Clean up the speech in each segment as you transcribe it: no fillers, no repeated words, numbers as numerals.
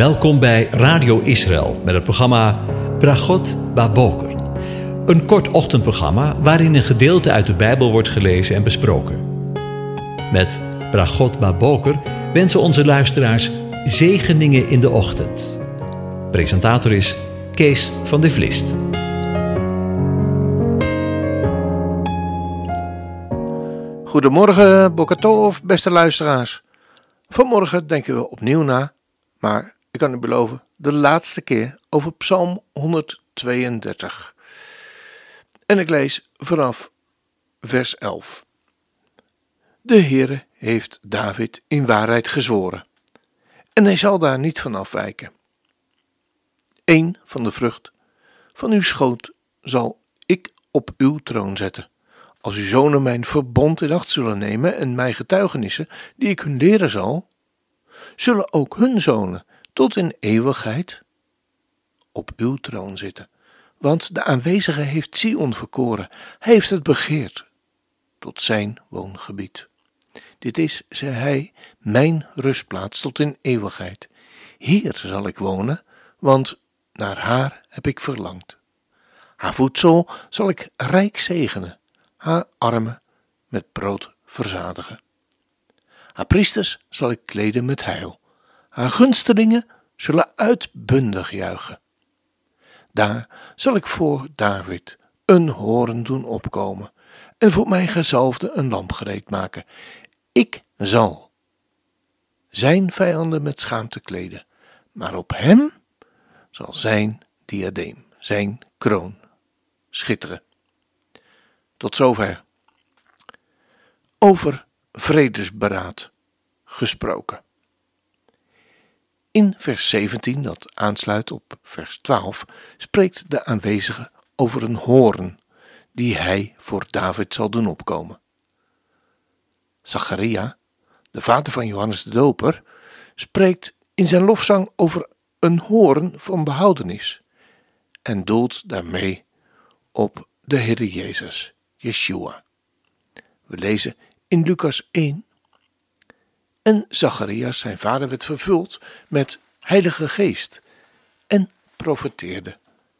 Welkom bij Radio Israël met het programma Bragot Baboker. Een kort ochtendprogramma waarin een gedeelte uit de Bijbel wordt gelezen en besproken. Met Bragot Baboker wensen onze luisteraars zegeningen in de ochtend. Presentator is Kees van de Vlist. Goedemorgen, Boker Tov, beste luisteraars. Vanmorgen denken we opnieuw na, maar ik kan u beloven, de laatste keer over Psalm 132. En ik lees vanaf vers 11. De Heere heeft David in waarheid gezworen, en hij zal daar niet van afwijken. Eén van de vrucht van uw schoot zal ik op uw troon zetten. Als uw zonen mijn verbond in acht zullen nemen en mijn getuigenissen, die ik hun leren zal, zullen ook hun zonen tot in eeuwigheid op uw troon zitten. Want de aanwezige heeft Sion verkoren, hij heeft het begeerd tot zijn woongebied. Dit is, zei hij, mijn rustplaats tot in eeuwigheid. Hier zal ik wonen, want naar haar heb ik verlangd. Haar voedsel zal ik rijk zegenen, haar armen met brood verzadigen. Haar priesters zal ik kleden met heil, haar gunstelingen zullen uitbundig juichen. Daar zal ik voor David een hoorn doen opkomen en voor mijn gezalfde een lamp gereed maken. Ik zal zijn vijanden met schaamte kleden, maar op hem zal zijn diadeem, zijn kroon, schitteren. Tot zover. Over vredesberaad gesproken. In vers 17, dat aansluit op vers 12, spreekt de aanwezige over een hoorn die hij voor David zal doen opkomen. Zacharia, de vader van Johannes de Doper, spreekt in zijn lofzang over een hoorn van behoudenis en doelt daarmee op de Heere Jezus, Yeshua. We lezen in Lucas 1. En Zacharias, zijn vader, werd vervuld met Heilige Geest en profeteerde.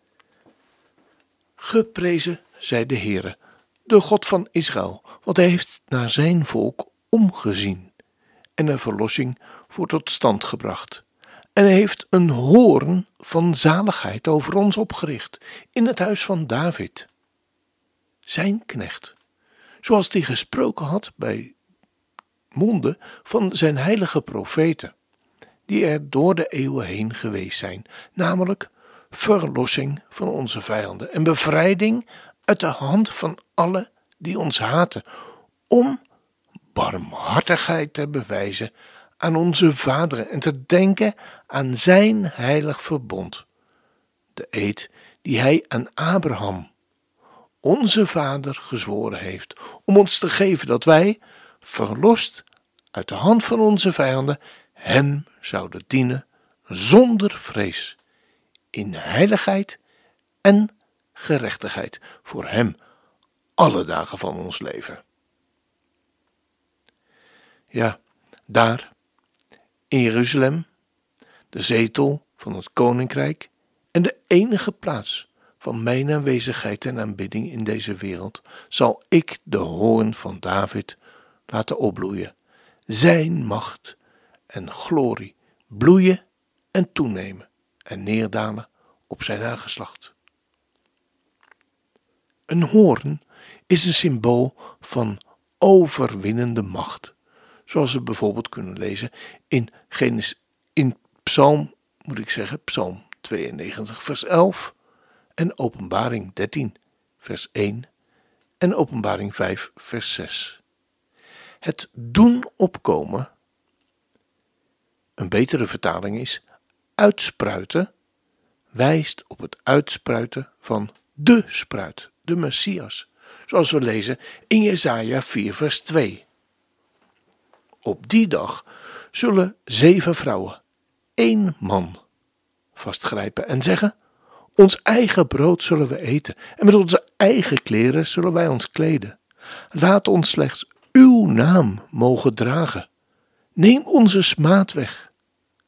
Geprezen zij de Heere, de God van Israël, want hij heeft naar zijn volk omgezien en een verlossing voor tot stand gebracht. En hij heeft een hoorn van zaligheid over ons opgericht in het huis van David, zijn knecht, zoals hij gesproken had bij monden van zijn heilige profeten, die er door de eeuwen heen geweest zijn, namelijk verlossing van onze vijanden en bevrijding uit de hand van alle die ons haten, om barmhartigheid te bewijzen aan onze vaderen en te denken aan zijn heilig verbond, de eed die hij aan Abraham, onze vader, gezworen heeft, om ons te geven dat wij, verlost uit de hand van onze vijanden, hem zouden dienen zonder vrees, in heiligheid en gerechtigheid voor hem alle dagen van ons leven. Ja, daar in Jeruzalem, de zetel van het koninkrijk en de enige plaats van mijn aanwezigheid en aanbidding in deze wereld, zal ik de hoorn van David laten opbloeien, zijn macht en glorie bloeien en toenemen en neerdalen op zijn nageslacht. Een hoorn is een symbool van overwinnende macht, zoals we bijvoorbeeld kunnen lezen in Psalm 92 vers 11 en Openbaring 13 vers 1 en Openbaring 5 vers 6. Het doen opkomen, een betere vertaling is uitspruiten, wijst op het uitspruiten van de spruit, de Messias, zoals we lezen in Jesaja 4 vers 2. Op die dag zullen 7 vrouwen, 1 man vastgrijpen en zeggen: ons eigen brood zullen we eten en met onze eigen kleren zullen wij ons kleden. Laat ons slechts uw naam mogen dragen. Neem onze smaad weg.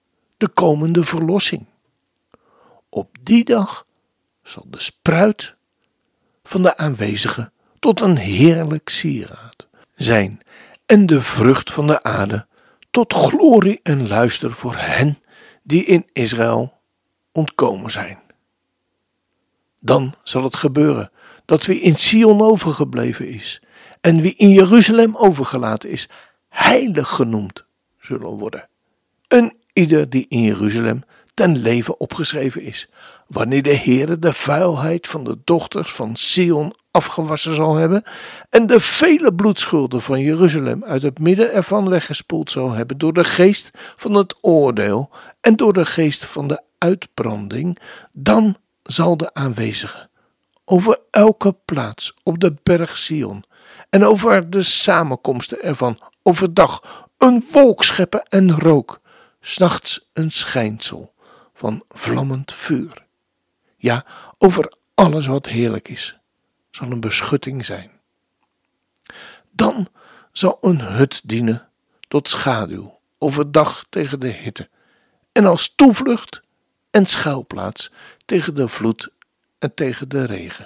de komende verlossing. Op die dag zal de spruit van de aanwezigen tot een heerlijk sieraad zijn en de vrucht van de aarde tot glorie en luister voor hen die in Israël ontkomen zijn. Dan zal het gebeuren dat wie in Sion overgebleven is en wie in Jeruzalem overgelaten is, heilig genoemd zullen worden. En ieder die in Jeruzalem ten leven opgeschreven is, wanneer de Heere de vuilheid van de dochters van Sion afgewassen zal hebben en de vele bloedschulden van Jeruzalem uit het midden ervan weggespoeld zal hebben door de geest van het oordeel en door de geest van de uitbranding, dan zal de aanwezige over elke plaats op de berg Sion en over de samenkomsten ervan overdag een wolk scheppen en rook, 's nachts een schijnsel van vlammend vuur. Ja, over alles wat heerlijk is, zal een beschutting zijn. Dan zal een hut dienen tot schaduw overdag tegen de hitte en als toevlucht en schuilplaats tegen de vloed en tegen de regen.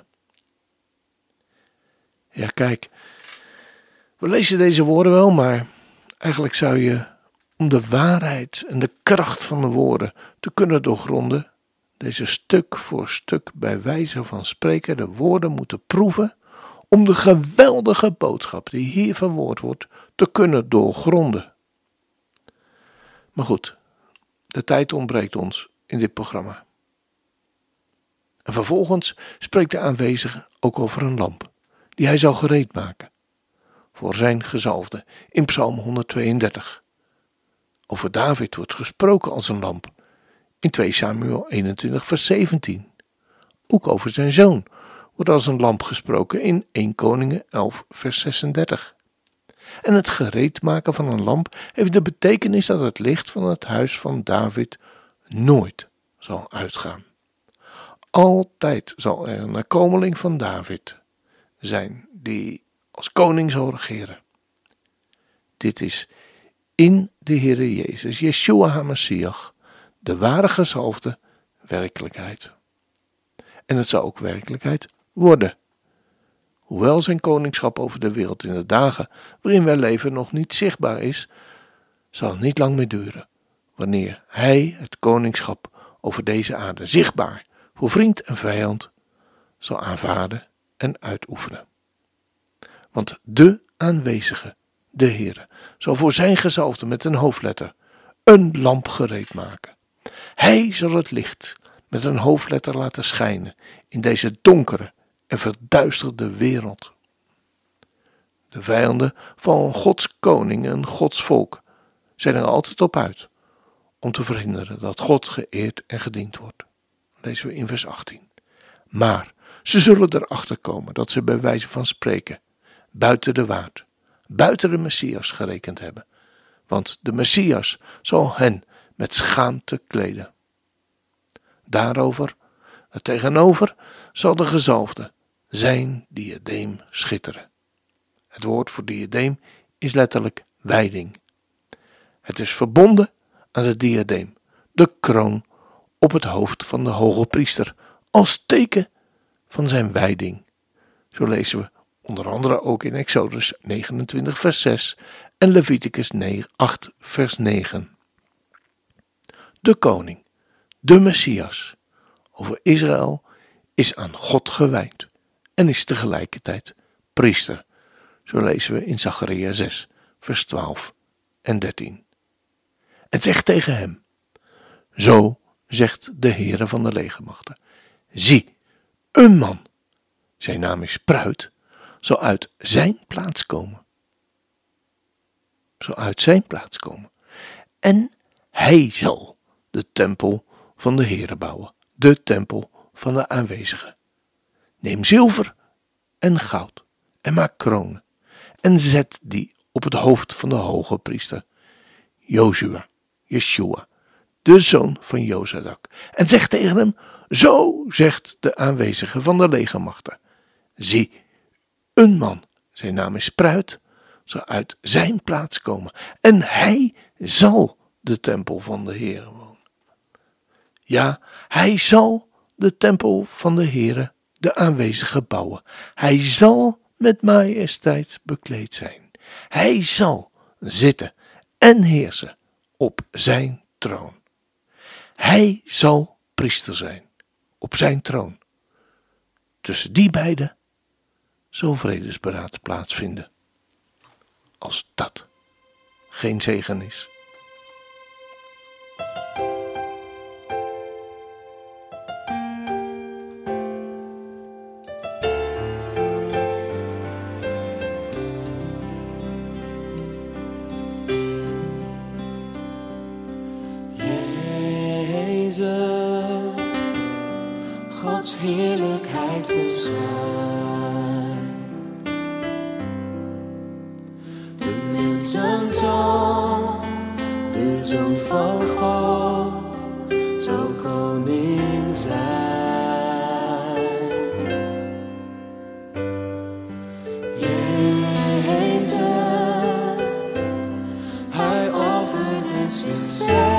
Ja, kijk, we lezen deze woorden wel, maar eigenlijk zou je, om de waarheid en de kracht van de woorden te kunnen doorgronden, deze stuk voor stuk bij wijze van spreken de woorden moeten proeven, om de geweldige boodschap die hier verwoord wordt te kunnen doorgronden. Maar goed, de tijd ontbreekt ons in dit programma. En vervolgens spreekt de aanwezige ook over een lamp, die hij zal gereed maken voor zijn gezalfde in Psalm 132. Over David wordt gesproken als een lamp in 2 Samuel 21 vers 17. Ook over zijn zoon wordt als een lamp gesproken in 1 Koningen 11 vers 36. En het gereed maken van een lamp heeft de betekenis dat het licht van het huis van David nooit zal uitgaan. Altijd zal er een nakomeling van David zijn die als koning zal regeren. Dit is in de Heere Jezus, Yeshua HaMashiach, de ware gezalfde, werkelijkheid. En het zal ook werkelijkheid worden. Hoewel zijn koningschap over de wereld in de dagen waarin wij leven nog niet zichtbaar is, zal het niet lang meer duren, wanneer hij het koningschap over deze aarde zichtbaar voor vriend en vijand zal aanvaarden en uitoefenen. Want de aanwezige, de Heere, zal voor zijn gezalfde met een hoofdletter een lamp gereed maken. Hij zal het licht met een hoofdletter laten schijnen in deze donkere en verduisterde wereld. De vijanden van Gods koning en Gods volk zijn er altijd op uit om te verhinderen dat God geëerd en gediend wordt. Lezen we in vers 18. Maar ze zullen erachter komen dat ze bij wijze van spreken buiten de waard, buiten de Messias gerekend hebben. Want de Messias zal hen met schaamte kleden. Daartegenover zal de gezalfde zijn diadeem schitteren. Het woord voor diadeem is letterlijk wijding. Het is verbonden aan de diadeem, de kroon op het hoofd van de hoge priester, als teken van zijn wijding. Zo lezen we onder andere ook in Exodus 29 vers 6 en Leviticus 8 vers 9. De koning, de Messias, over Israël is aan God gewijd en is tegelijkertijd priester. Zo lezen we in Zacharia 6 vers 12 en 13. En zegt tegen hem: zo zegt de Heere van de legermachten: zie, een man, zijn naam is Spruit, zal uit zijn plaats komen. Zal uit zijn plaats komen. En hij zal de tempel van de Heere bouwen, de tempel van de aanwezige. Neem zilver en goud en maak kronen en zet die op het hoofd van de hoge priester, Yeshua, de zoon van Jozadak. En zeg tegen hem: zo zegt de aanwezige van de legermachten: zie, een man, zijn naam is Spruit, zal uit zijn plaats komen. En hij zal de tempel van de Heere Ja, hij zal de tempel van de Heere, de aanwezige, bouwen. Hij zal met majesteit bekleed zijn. Hij zal zitten en heersen op zijn troon. Hij zal priester zijn op zijn troon. Tussen die beiden zal vredesberaad plaatsvinden. Als dat geen zegen is. Gods heerlijkheid verschijnt. De mensenzoon, de Zoon van God, zal koning zijn. Jezus, hij offerde zichzelf.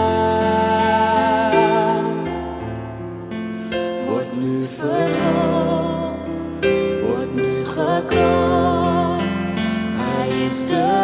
Nu verhoogd, wordt nu gekroond. Hij is de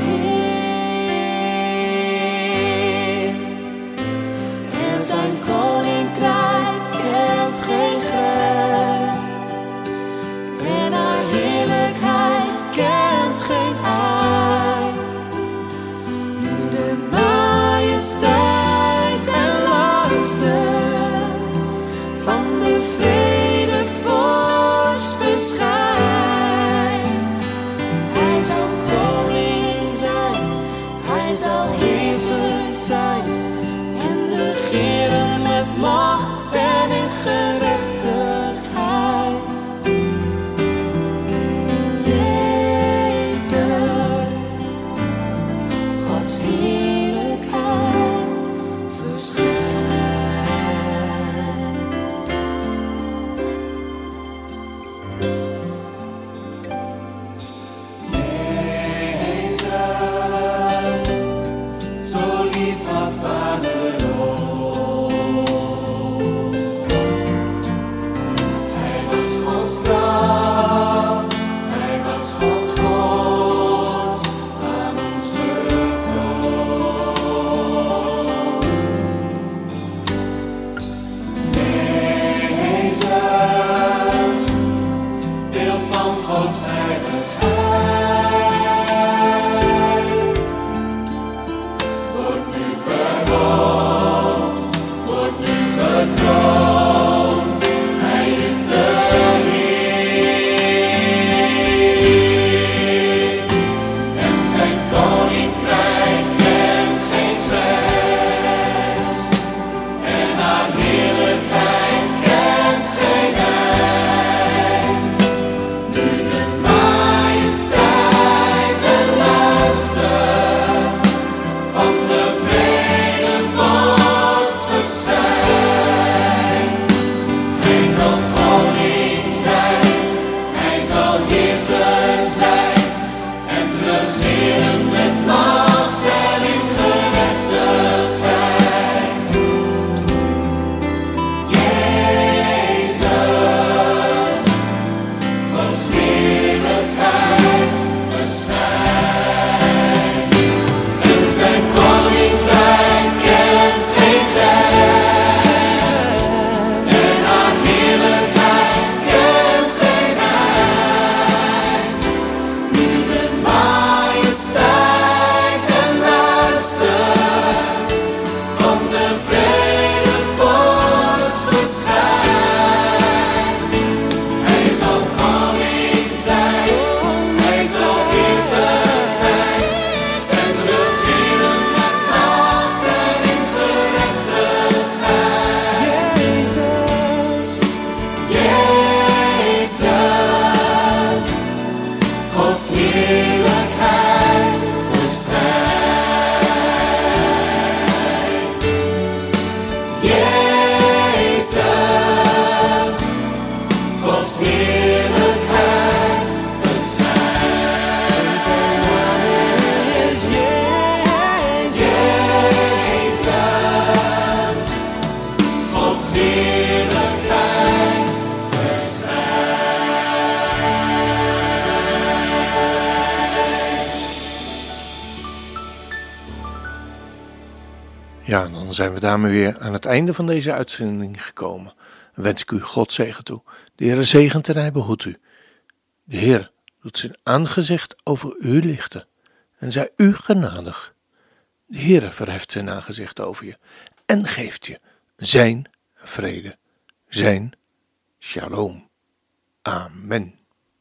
Heer. En zijn koninkrijk kent geen grens. En haar heerlijkheid kent geen eind. Nu de majesteit en luister van de vredevorst verschijnt. Hij zal koning zijn, hij zal heerser zijn en regeren met macht en in gerechtigheid. Jezus, Gods heerlijkheid verschijnt. Nu de dan zijn we daarmee weer aan het einde van deze uitzending gekomen. En wens ik u God zegen toe. De Heere zegent en hij behoedt u. De Heer doet zijn aangezicht over u lichten en zij u genadig. De Heere verheft zijn aangezicht over je en geeft je zijn vrede, zijn shalom. Amen.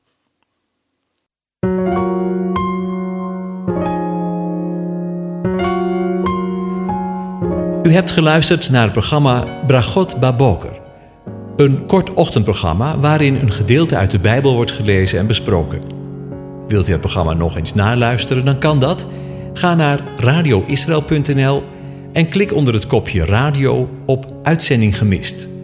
U hebt geluisterd naar het programma Bragot Baboker. Een kort ochtendprogramma waarin een gedeelte uit de Bijbel wordt gelezen en besproken. Wilt u het programma nog eens naluisteren, dan kan dat. Ga naar radioisrael.nl en klik onder het kopje radio op Uitzending gemist.